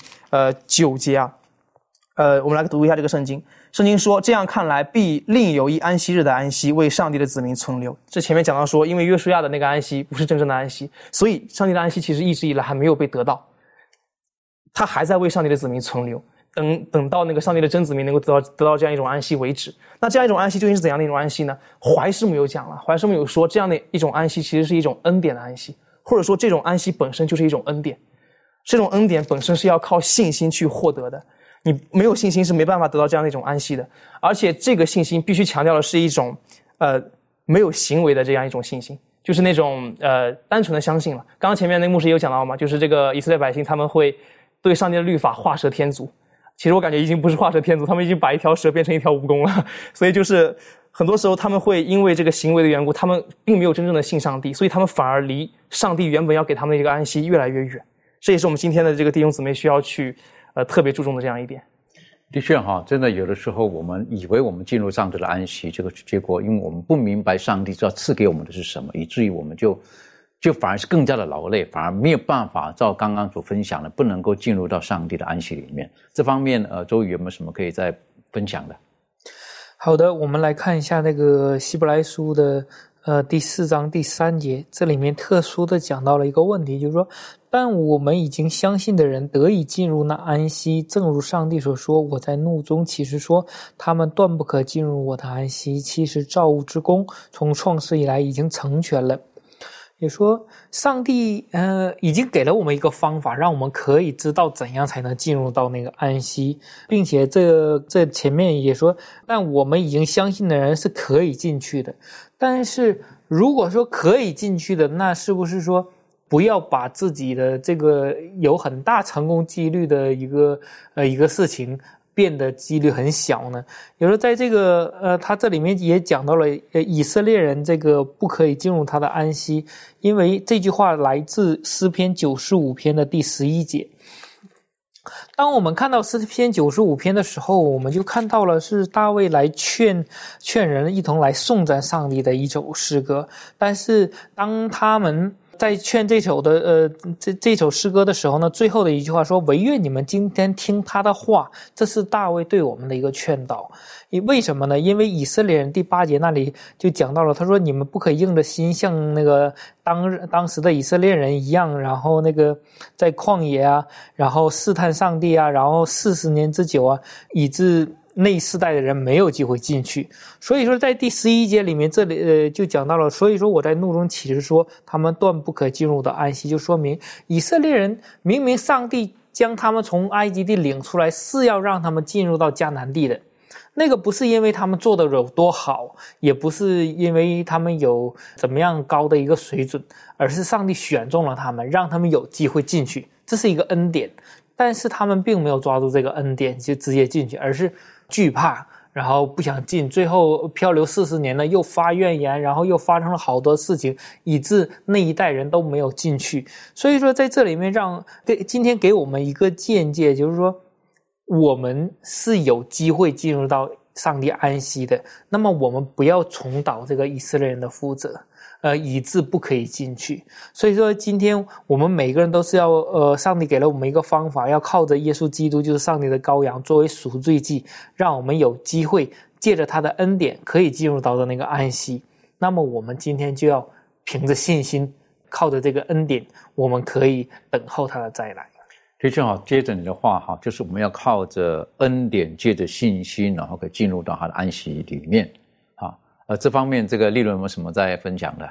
G: 9节啊，我们来读一下这个圣经。圣经说，这样看来必另有一安息日的安息，为上帝的子民存留。这前面讲到说，因为约书亚的那个安息不是真正的安息，所以上帝的安息其实一直以来还没有被得到，他还在为上帝的子民存留，等到那个上帝的真子民能够得到这样一种安息为止。那这样一种安息究竟是怎样的一种安息呢？怀师母有讲了，怀师母有说，这样的一种安息其实是一种恩典的安息，或者说这种安息本身就是一种恩典。这种恩典本身是要靠信心去获得的，你没有信心是没办法得到这样的一种安息的。而且这个信心必须强调的是一种没有行为的这样一种信心，就是那种单纯的相信了。刚刚前面那个牧师也有讲到嘛，就是这个以色列百姓他们会对上帝的律法画蛇添足。其实我感觉已经不是画蛇添足，他们已经把一条蛇变成一条蜈蚣了。所以就是很多时候他们会因为这个行为的缘故，他们并没有真正的信上帝，所以他们反而离上帝原本要给他们的这个安息越来越远。这也是我们今天的这个弟兄姊妹需要去特别注重的这样一点。
B: 的确哈，真的有的时候我们以为我们进入上帝的安息，这个结果因为我们不明白上帝要赐给我们的是什么，以至于我们就反而是更加的劳累，反而没有办法照刚刚所分享的，不能够进入到上帝的安息里面。这方面周宇有没有什么可以再分享的？
D: 好的，我们来看一下那个希伯来书的第4章第3节，这里面特殊的讲到了一个问题，就是说，但我们已经相信的人得以进入那安息，正如上帝所说，我在怒中起誓说，他们断不可进入我的安息。其实造物之功从创世以来已经成全了。也说上帝已经给了我们一个方法，让我们可以知道怎样才能进入到那个安息，并且这前面也说，但我们已经相信的人是可以进去的。但是如果说可以进去的，那是不是说不要把自己的这个有很大成功几率的一个事情变得几率很小呢？有时候在这个他这里面也讲到了以色列人这个不可以进入他的安息，因为这句话来自诗篇95篇的第11节。当我们看到诗篇95篇的时候，我们就看到了是大卫来劝人一同来颂赞上帝的一首诗歌。但是当他们在劝这首诗歌的时候呢，最后的一句话说，惟愿你们今天听他的话，这是大卫对我们的一个劝导。为什么呢？因为以色列人第8节那里就讲到了，他说你们不可以硬着心像那个当时的以色列人一样，然后那个在旷野啊，然后试探上帝啊，然后40年之久啊，以致那世代的人没有机会进去。所以说在第11节里面这里就讲到了，所以说我在怒中起誓说他们断不可进入的安息，就说明以色列人明明上帝将他们从埃及地领出来是要让他们进入到迦南地的，那个不是因为他们做的有多好，也不是因为他们有怎么样高的一个水准，而是上帝选中了他们，让他们有机会进去，这是一个恩典。但是他们并没有抓住这个恩典就直接进去，而是惧怕，然后不想进，最后漂流40年了，又发怨言，然后又发生了好多事情，以致那一代人都没有进去。所以说在这里面今天给我们一个见解，就是说我们是有机会进入到上帝安息的，那么我们不要重蹈这个以色列人的覆辙，以致不可以进去。所以说今天我们每个人都是要上帝给了我们一个方法，要靠着耶稣基督，就是上帝的羔羊作为赎罪祭，让我们有机会借着他的恩典可以进入到的那个安息。那么我们今天就要凭着信心，靠着这个恩典，我们可以等候他的再来。
B: 所以正好接着你的话哈，就是我们要靠着恩典，借着信心，然后可以进入到他的安息里面啊。这方面这个立伦有没有什么在分享的？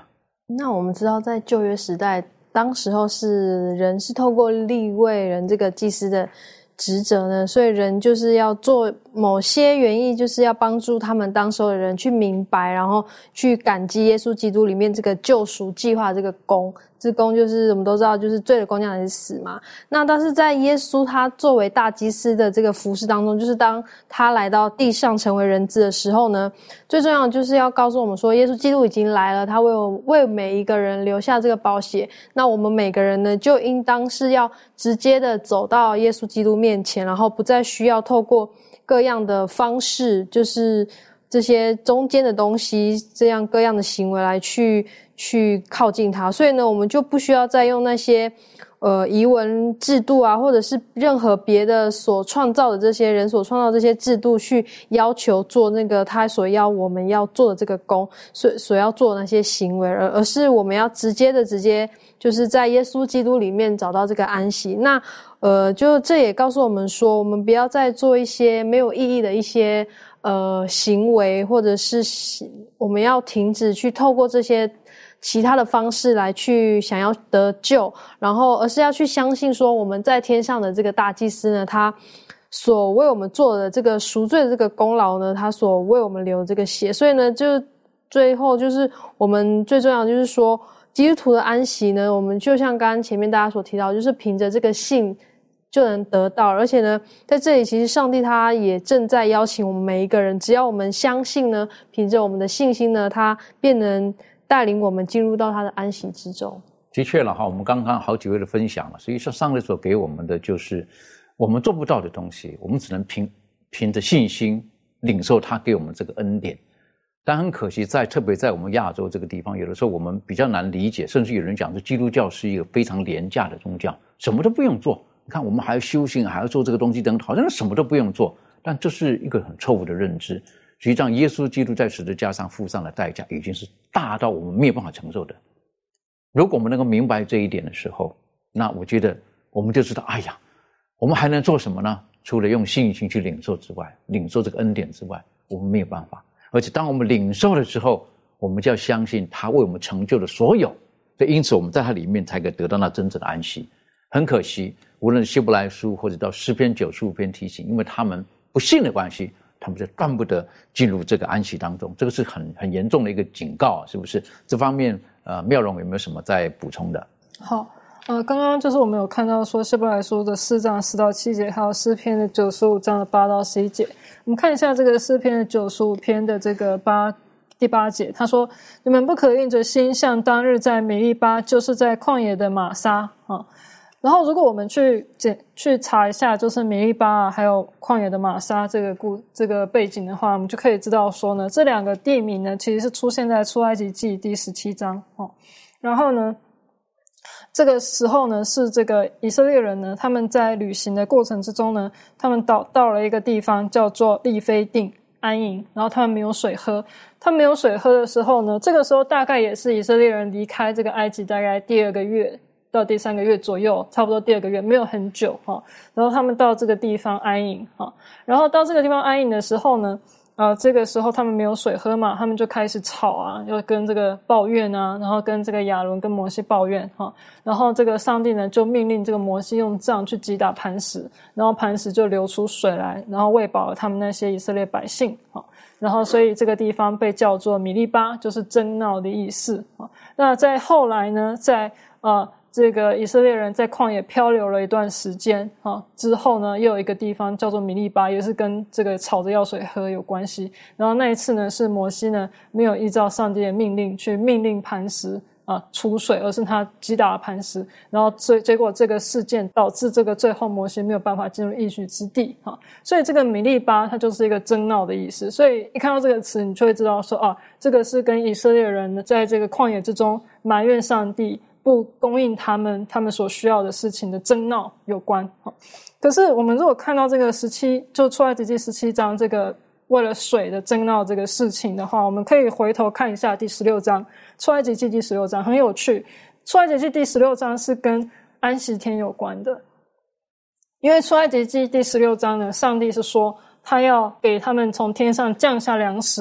E: 那我们知道在旧约时代，当时候人是透过利未人这个祭司的职责呢，所以人就是要做某些原意，就是要帮助他们当时候的人去明白，然后去感激耶稣基督里面这个救赎计划这个功。这功就是我们都知道，就是罪的工价是死嘛。那但是在耶稣他作为大祭司的这个服事当中，就是当他来到地上成为人子的时候呢，最重要的就是要告诉我们说，耶稣基督已经来了，他为每一个人留下这个宝血。那我们每个人呢，就应当是要直接的走到耶稣基督面前，然后不再需要透过各样的方式，就是这些中间的东西，这样各样的行为来去靠近他。所以呢，我们就不需要再用那些遗文制度啊，或者是任何别的所创造的这些人所创造的这些制度去要求做那个他所要我们要做的这个功，所要做的那些行为，而是我们要直接就是在耶稣基督里面找到这个安息。那就这也告诉我们说，我们不要再做一些没有意义的一些行为，或者是我们要停止去透过这些其他的方式来去想要得救，然后而是要去相信说，我们在天上的这个大祭司呢，他所为我们做的这个赎罪的这个功劳呢，他所为我们流的这个血。所以呢，就最后就是我们最重要的就是说，基督徒的安息呢，我们就像刚刚前面大家所提到，就是凭着这个信就能得到。而且呢，在这里其实上帝他也正在邀请我们每一个人，只要我们相信呢，凭着我们的信心呢，他便能带领我们进入到他的安息之中。
B: 的确了哈，我们刚刚好几位的分享了，所以说上帝所给我们的就是我们做不到的东西，我们只能凭着信心领受他给我们这个恩典。但很可惜，特别在我们亚洲这个地方，有的时候我们比较难理解，甚至有人讲说基督教是一个非常廉价的宗教，什么都不用做。你看我们还要修行，还要做这个东西等，好像什么都不用做。但这是一个很错误的认知。实际上耶稣基督在十字架上付上的代价已经是大到我们没有办法承受的。如果我们能够明白这一点的时候，那我觉得我们就知道，哎呀，我们还能做什么呢？除了用信心去领受之外，领受这个恩典之外，我们没有办法。而且当我们领受了之后，我们就要相信他为我们成就的所有，所以因此我们在他里面才可以得到那真正的安息。很可惜，无论是希伯来书或者到诗篇95篇提醒，因为他们不信的关系，他们就断不得进入这个安息当中。这个是很严重的一个警告，是不是？这方面妙容有没有什么再补充的？
F: 好，刚刚就是我们有看到说希伯来书的4章10到7节，还有诗篇的95章的8到11节。我们看一下这个诗篇的95篇的这个第8节，他说：你们不可硬着心，像当日在米利巴，就是在旷野的玛撒啊。然后如果我们去查一下，就是米利巴还有旷野的玛撒这个背景的话，我们就可以知道说呢，这两个地名呢其实是出现在出埃及记第17章哦。然后呢，这个时候呢是这个以色列人呢，他们在旅行的过程之中呢，他们到了一个地方叫做利非定安营，然后他们没有水喝。他们没有水喝的时候呢，这个时候大概也是以色列人离开这个埃及大概第2个月到第3个月左右，差不多第2个月，没有很久哈。然后他们到这个地方安营哈，然后到这个地方安营的时候呢，这个时候他们没有水喝嘛，他们就开始吵啊，要跟这个抱怨啊，然后跟这个亚伦跟摩西抱怨哈。然后这个上帝呢就命令这个摩西用杖去击打磐石，然后磐石就流出水来，然后喂饱了他们那些以色列百姓哈。然后所以这个地方被叫做米利巴，就是争闹的意思啊。那在后来呢，在这个以色列人在旷野漂流了一段时间之后呢，又有一个地方叫做米利巴，也是跟这个吵着要水喝有关系。然后那一次呢，是摩西呢没有依照上帝的命令去命令磐石出水，而是他击打了磐石，然后结果这个事件导致这个最后摩西没有办法进入应许之地所以这个米利巴它就是一个争闹的意思。所以一看到这个词，你就会知道说这个是跟以色列人在这个旷野之中埋怨上帝不供应他们所需要的事情的争闹有关。可是我们如果看到这个就出埃及记17章这个为了水的争闹这个事情的话，我们可以回头看一下第16章，出埃及记第16章很有趣。出埃及记第16章是跟安息天有关的，因为出埃及记第16章呢，上帝是说他要给他们从天上降下粮食，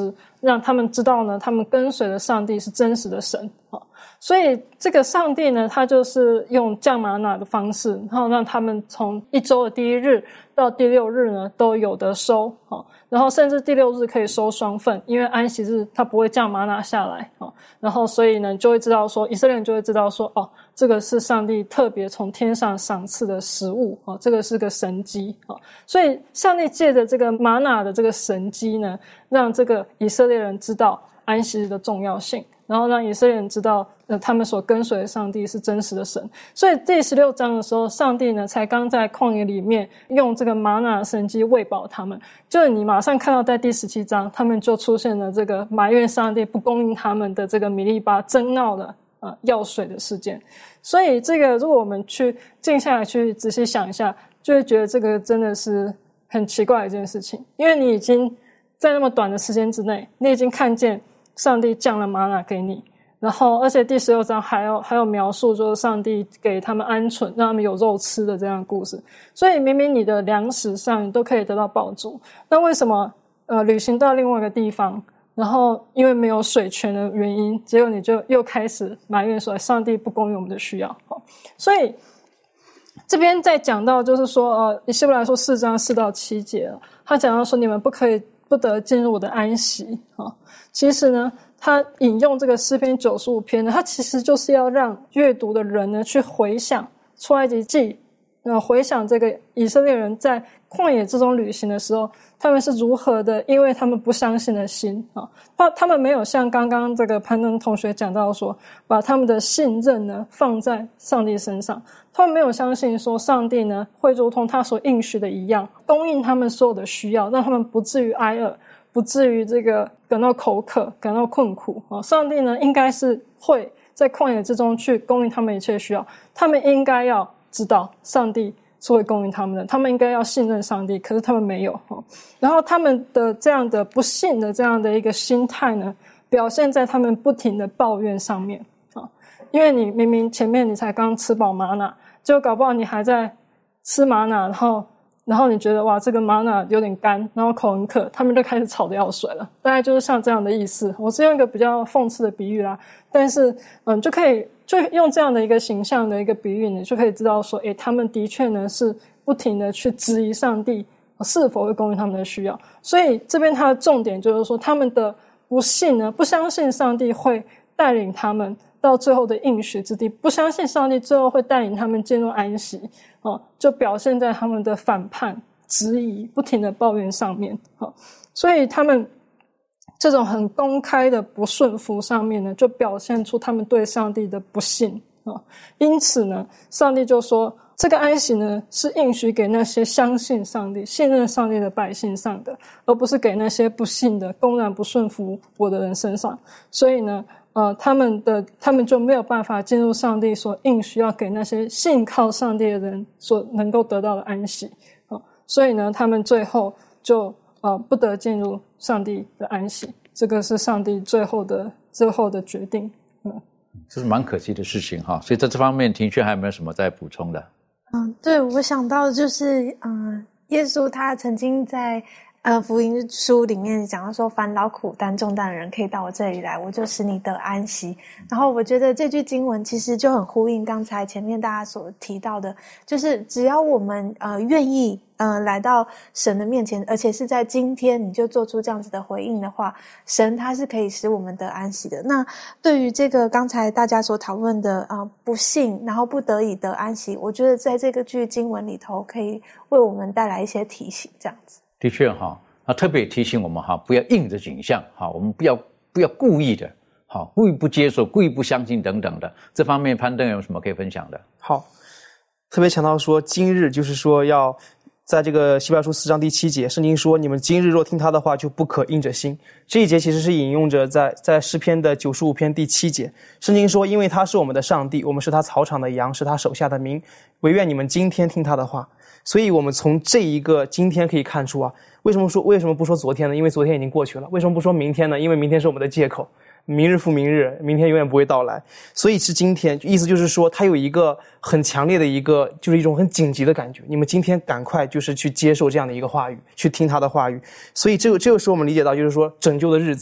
F: 让他们知道呢，他们跟随的上帝是真实的神。所以这个上帝呢，他就是用降玛拿的方式，然后让他们从一周的第1日到第6日呢都有得收，然后甚至第6日可以收双份，因为安息日他不会降玛拿下来，然后所以呢就会知道说，以色列人就会知道说，这个是上帝特别从天上赏赐的食物，这个是个神迹。所以上帝借着这个玛拿的这个神迹呢，让这个以色列人知道安息日的重要性，然后让以色列人知道他们所跟随的上帝是真实的神。所以第16章的时候，上帝呢才刚在旷野里面用这个玛拿的神迹喂饱他们，就是你马上看到在第17章他们就出现了这个埋怨上帝不供应他们的这个米利巴争闹的要水的事件。所以这个如果我们去静下来去仔细想一下，就会觉得这个真的是很奇怪的一件事情，因为你已经在那么短的时间之内，你已经看见上帝降了玛拿给你，然后而且第16章还有描述就是上帝给他们鹌鹑，让他们有肉吃的这样的故事。所以明明你的粮食上你都可以得到饱足，那为什么旅行到另外一个地方，然后因为没有水泉的原因，结果你就又开始埋怨说上帝不供应我们的需要。所以这边在讲到就是说希伯来书4章4到7节，他讲到说你们不得进入我的安息。其实呢他引用这个诗篇95篇呢，他其实就是要让阅读的人呢去回想出埃及记，回想这个以色列人在旷野之中旅行的时候，他们是如何的因为他们不相信的心他们没有像刚刚这个攀登同学讲到说把他们的信任呢放在上帝身上，他们没有相信说上帝呢会如同他所应许的一样供应他们所有的需要，让他们不至于挨饿，不至于这个感到口渴，感到困苦。上帝呢应该是会在旷野之中去供应他们一切需要，他们应该要知道上帝是会供应他们的，他们应该要信任上帝，可是他们没有。然后他们的这样的不信的这样的一个心态呢，表现在他们不停的抱怨上面。因为你明明前面你才刚吃饱玛拿，结果搞不好你还在吃玛拿，然后你觉得哇这个玛拿有点干，然后口很渴，他们就开始吵得要水了，大概就是像这样的意思。我是用一个比较讽刺的比喻啦，但是就用这样的一个形象的一个比喻，你就可以知道说他们的确呢是不停的去质疑上帝是否会供应他们的需要。所以这边它的重点就是说，他们的不信呢，不相信上帝会带领他们到最后的应许之地，不相信上帝最后会带领他们进入安息，就表现在他们的反叛、质疑、不停的抱怨上面。所以他们这种很公开的不顺服上面呢，就表现出他们对上帝的不信。因此呢，上帝就说这个安息呢是应许给那些相信上帝、信任上帝的百姓上的，而不是给那些不信的、公然不顺服我的人身上。所以呢他们就没有办法进入上帝所应许要给那些信靠上帝的人所能够得到的安息。所以呢他们最后就不得进入上帝的安息，这个是上帝最后的决定。
B: 这是蛮可惜的事情哈。所以在这方面庭轩还有没有什么再补充的？
C: 对，我想到的就是耶稣他曾经在福音书里面讲到说，凡劳苦担重担的人可以到我这里来，我就使你得安息。然后我觉得这句经文其实就很呼应刚才前面大家所提到的，就是只要我们愿意来到神的面前，而且是在今天你就做出这样子的回应的话，神他是可以使我们得安息的。那对于这个刚才大家所讨论的不信然后不得已得安息，我觉得在这个句经文里头可以为我们带来一些提醒，这样子。
B: 的确哈，特别提醒我们哈，不要应着景象哈，我们不要故意的好，故意不接受、故意不相信等等的。这方面攀登有什么可以分享的？
G: 好，特别强调说今日，就是说要在这个希伯来书4章第7节，圣经说你们今日若听他的话，就不可硬着心。这一节其实是引用着在诗篇的95篇第7节，圣经说因为他是我们的上帝，我们是他草场的羊，是他手下的民，惟愿你们今天听他的话。所以我们从这一个今天可以看出为什么不说昨天呢？因为昨天已经过去了。为什么不说明天呢？因为明天是我们的借口，明日复明日，明天永远不会到来。所以是今天，意思就是说它有一个很强烈的就是一种很紧急的感觉，你们今天赶快就是去接受这样的一个话语，去听他的话语。所以这个时候我们理解到，就是说拯救的日子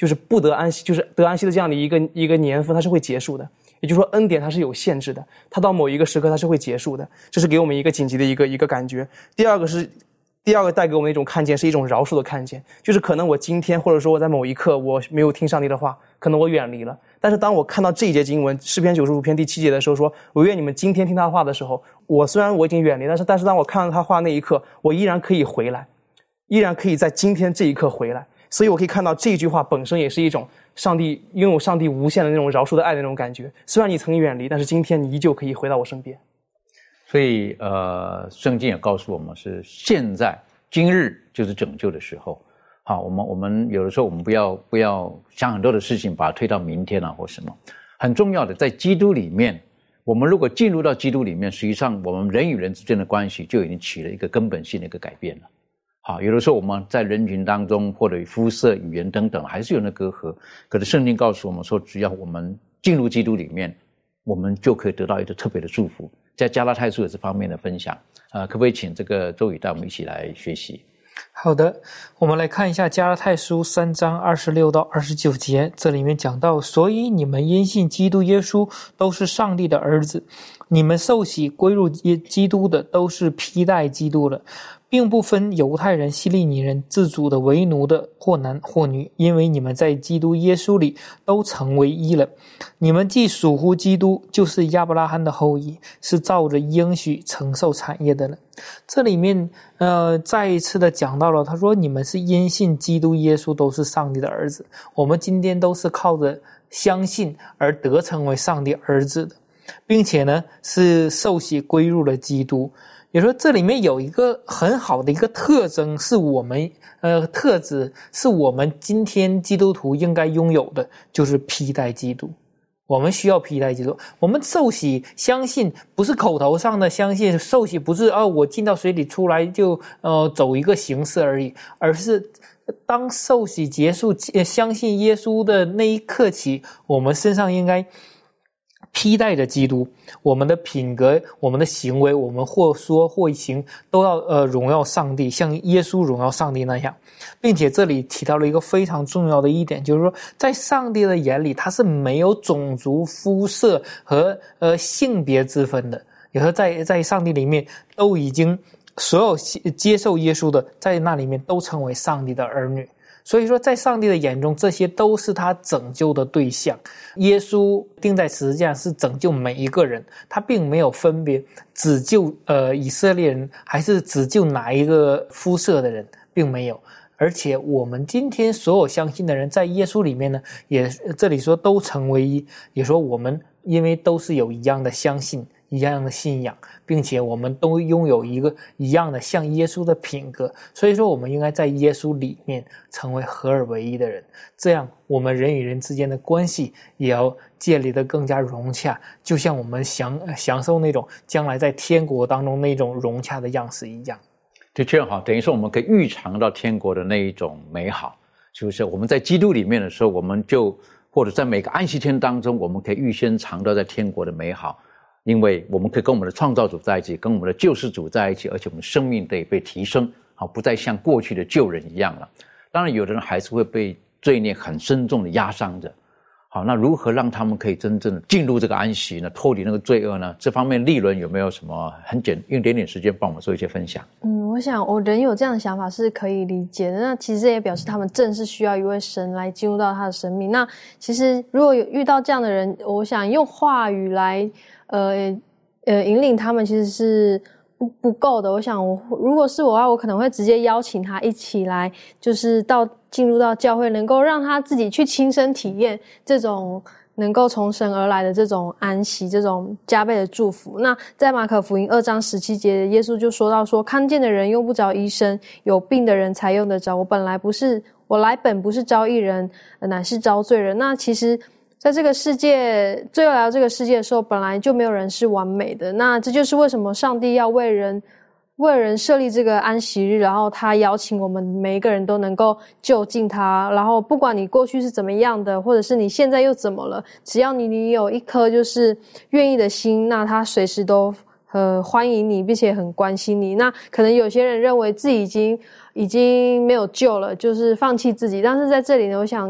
G: 就是不得安息，就是得安息的这样的一个年份，它是会结束的。也就是说，恩典它是有限制的，它到某一个时刻它是会结束的，这是给我们一个紧急的一个感觉。第二个带给我们的一种看见是一种饶恕的看见，就是可能我今天或者说我在某一刻我没有听上帝的话，可能我远离了，但是当我看到这一节经文诗篇95篇第7节的时候，说我愿你们今天听他的话的时候，我虽然我已经远离，但是当我看到他话那一刻，我依然可以回来，依然可以在今天这一刻回来。所以我可以看到这句话本身也是一种拥有上帝无限的那种饶恕的爱的那种感觉。虽然你曾远离，但是今天你依旧可以回到我身边。
B: 所以圣经也告诉我们是现在今日就是拯救的时候。好，我们有的时候我们不要想很多的事情把它推到明天啊或什么。很重要的，在基督里面，我们如果进入到基督里面，实际上我们人与人之间的关系就已经起了一个根本性的一个改变了。好，有的时候我们在人群当中或者肤色、语言等等还是有那隔阂，可是圣经告诉我们说，只要我们进入基督里面，我们就可以得到一个特别的祝福。在加拉太书有这方面的分享，可不可以请这个周宇带我们一起来学习？
D: 好的，我们来看一下加拉太书3章26到29节，这里面讲到，所以你们因信基督耶稣都是上帝的儿子，你们受洗归入基督的都是披戴基督的，并不分犹太人、希利尼人、自主的、为奴的，或男或女，因为你们在基督耶稣里都成为一了。你们既属乎基督，就是亚伯拉罕的后裔，是照着应许承受产业的了。这里面再一次的讲到了，他说你们是因信基督耶稣都是上帝的儿子，我们今天都是靠着相信而得成为上帝儿子的，并且呢是受洗归入了基督。也说这里面有一个很好的一个特征，是我们特质是我们今天基督徒应该拥有的，就是披戴基督。我们需要披戴基督，我们受洗相信不是口头上的相信，受洗不是我进到水里出来就走一个形式而已，而是当受洗结束相信耶稣的那一刻起，我们身上应该披戴着基督，我们的品格、我们的行为，我们或说或行都要荣耀上帝，像耶稣荣耀上帝那样。并且这里提到了一个非常重要的一点，就是说在上帝的眼里，他是没有种族、肤色和性别之分的。也说在上帝里面都已经所有接受耶稣的，在那里面都成为上帝的儿女。所以说在上帝的眼中，这些都是他拯救的对象。耶稣钉在十字架是拯救每一个人，他并没有分别只救以色列人还是只救哪一个肤色的人，并没有。而且我们今天所有相信的人在耶稣里面呢，也这里说都成为一，也说我们因为都是有一样的相信，一样的信仰，并且我们都拥有一个一样的像耶稣的品格，所以说我们应该在耶稣里面成为合而为一的人，这样我们人与人之间的关系也要建立得更加融洽，就像我们享受那种将来在天国当中那种融洽的样式一样。
B: 的确好，等于说我们可以预尝到天国的那一种美好，是不是？我们在基督里面的时候，我们就或者在每个安息天当中，我们可以预先尝到在天国的美好，因为我们可以跟我们的创造主在一起，跟我们的救世主在一起，而且我们生命得以被提升，好，不再像过去的旧人一样了。当然有的人还是会被罪孽很深重的压伤着，好，那如何让他们可以真正的进入这个安息呢？脱离那个罪恶呢？这方面立伦有没有什么用一点点时间帮我们做一些分享？
E: 我想我人有这样的想法是可以理解的。那其实也表示他们正是需要一位神来进入到他的生命。那其实如果有遇到这样的人，我想用话语来引领他们其实是不够的。我想如果是我的话，我可能会直接邀请他一起来，就是进入到教会，能够让他自己去亲身体验这种能够从神而来的这种安息，这种加倍的祝福。那在马可福音2章17节，耶稣就说到说，看见的人用不着医生，有病的人才用得着。我来本不是招义人，乃是招罪人。那其实在这个世界，罪恶来到这个世界的时候，本来就没有人是完美的。那这就是为什么上帝要为人设立这个安息日，然后他邀请我们每一个人都能够就近他，然后不管你过去是怎么样的，或者是你现在又怎么了，只要你有一颗就是愿意的心，那他随时都欢迎你，并且很关心你。那可能有些人认为自己已经没有救了，就是放弃自己，但是在这里呢，我想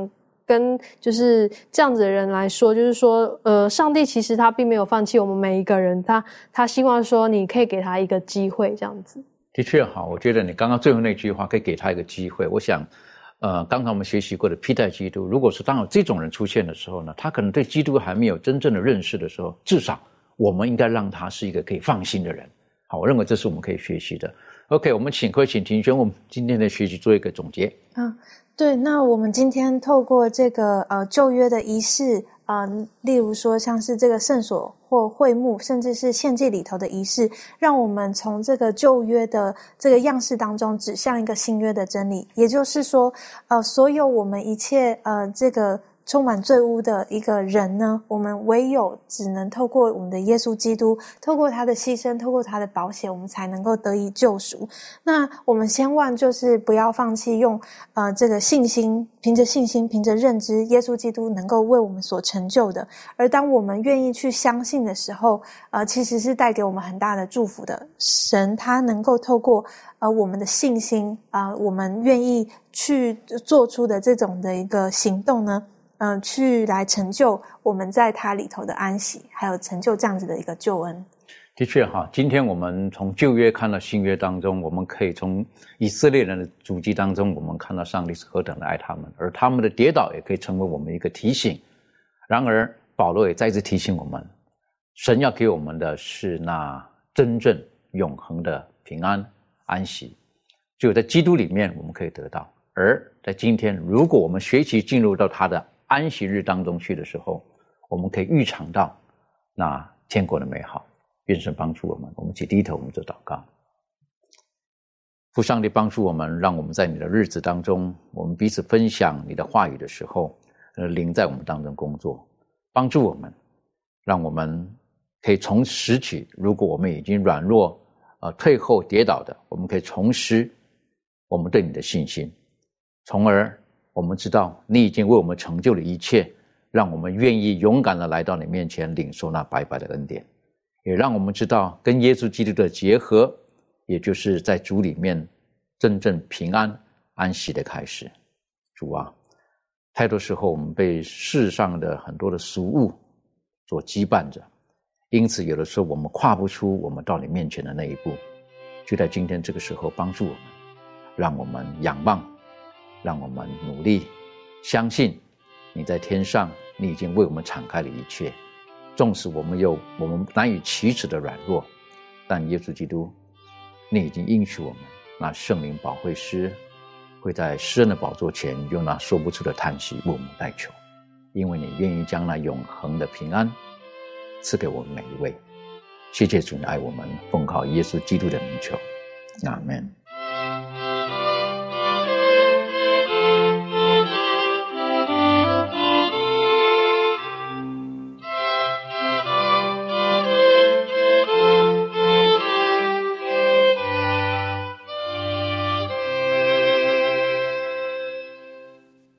E: 跟就是这样子的人来说，就是说上帝其实他并没有放弃我们每一个人，他希望说你可以给他一个机会这样子。
B: 的确好，我觉得你刚刚最后那句话可以给他一个机会。我想刚才我们学习过的披戴基督，如果是当有这种人出现的时候呢，他可能对基督还没有真正的认识的时候，至少我们应该让他是一个可以放心的人。好，我认为这是我们可以学习的。OK， 我们请庭轩为我们今天的学习做一个总结。
C: 对，那我们今天透过这个旧约的仪式，例如说像是这个圣所或会幕，甚至是献祭里头的仪式，让我们从这个旧约的这个样式当中指向一个新约的真理。也就是说，所有我们一切这个充满罪污的一个人呢，我们唯有只能透过我们的耶稣基督，透过他的牺牲，透过他的宝血，我们才能够得以救赎。那我们千万就是不要放弃用这个信心，凭着信心，凭着认知耶稣基督能够为我们所成就的。而当我们愿意去相信的时候，其实是带给我们很大的祝福的。神他能够透过我们的信心我们愿意去做出的这种的一个行动呢，去来成就我们在他里头的安息，还有成就这样子的一个救恩。
B: 的确哈，今天我们从旧约看到新约当中，我们可以从以色列人的足迹当中，我们看到上帝是何等的爱他们，而他们的跌倒也可以成为我们一个提醒。然而保罗也再次提醒我们，神要给我们的是那真正永恒的平安安息，只有在基督里面我们可以得到。而在今天，如果我们学习进入到他的安息日当中去的时候，我们可以预尝到那天国的美好。愿神帮助我们，我们一起低头，我们做祷告。父上帝帮助我们，让我们在你的日子当中，我们彼此分享你的话语的时候，灵在我们当中工作，帮助我们，让我们可以重拾起，如果我们已经软弱退后跌倒的，我们可以重拾我们对你的信心，从而我们知道你已经为我们成就了一切，让我们愿意勇敢的来到你面前领受那白白的恩典，也让我们知道跟耶稣基督的结合，也就是在主里面真正平安安息的开始。主啊，太多时候我们被世上的很多的俗物所羁绊着，因此有的时候我们跨不出我们到你面前的那一步。就在今天这个时候帮助我们，让我们仰望，让我们努力，相信你在天上，你已经为我们敞开了一切。纵使我们有我们难以启齿的软弱，但耶稣基督，你已经应许我们，那圣灵保惠师会在施恩的宝座前用那说不出的叹息为我们代求，因为你愿意将那永恒的平安赐给我们每一位。谢谢主，你爱我们，奉靠耶稣基督的名求，阿们。